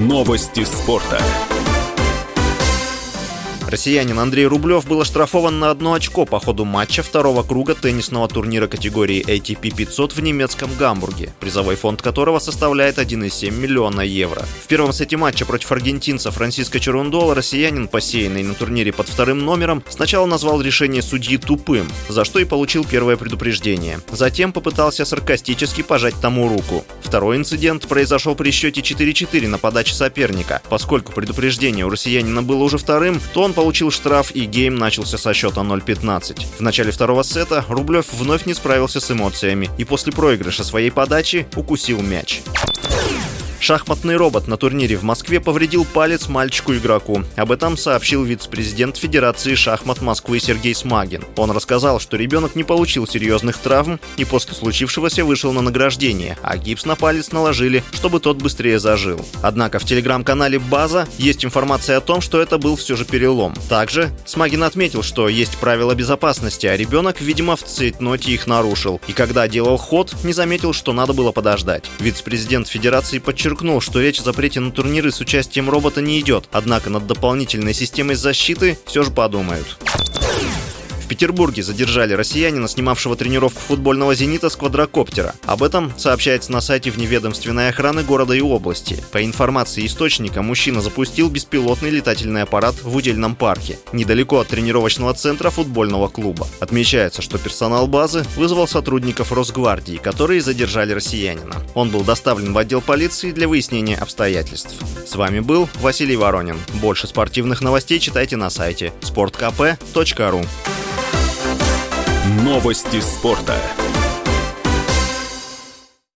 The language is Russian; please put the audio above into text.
Новости спорта. Россиянин Андрей Рублев был оштрафован на 1 очко по ходу матча второго круга теннисного турнира категории ATP 500 в немецком Гамбурге, призовой фонд которого составляет 1,7 миллиона евро. В первом сете матча против аргентинца Франсиско Черундола россиянин, посеянный на турнире под вторым номером, сначала назвал решение судьи тупым, за что и получил первое предупреждение. Затем попытался саркастически пожать тому руку. Второй инцидент произошел при счете 4-4 на подаче соперника. Поскольку предупреждение у россиянина было уже вторым, то он получил штраф, и гейм начался со счета 0-15. В начале второго сета Рублев вновь не справился с эмоциями и после проигрыша своей подачи укусил мяч. Шахматный робот на турнире в Москве повредил палец мальчику-игроку. Об этом сообщил вице-президент Федерации шахмат Москвы Сергей Смагин. Он рассказал, что ребенок не получил серьезных травм и после случившегося вышел на награждение, а гипс на палец наложили, чтобы тот быстрее зажил. Однако в телеграм-канале «База» есть информация о том, что это был все же перелом. Также Смагин отметил, что есть правила безопасности, а ребенок, видимо, в цейтноте их нарушил. И когда делал ход, не заметил, что надо было подождать. Вице-президент Федерации подчеркнул, что речь о запрете на турниры с участием робота не идет, однако над дополнительной системой защиты все же подумают. В Петербурге задержали россиянина, снимавшего тренировку футбольного «Зенита» с квадрокоптера. Об этом сообщается на сайте вневедомственной охраны города и области. По информации источника, мужчина запустил беспилотный летательный аппарат в удельном парке, недалеко от тренировочного центра футбольного клуба. Отмечается, что персонал базы вызвал сотрудников Росгвардии, которые задержали россиянина. Он был доставлен в отдел полиции для выяснения обстоятельств. С вами был Василий Воронин. Больше спортивных новостей читайте на сайте sportkp.ru. Новости спорта.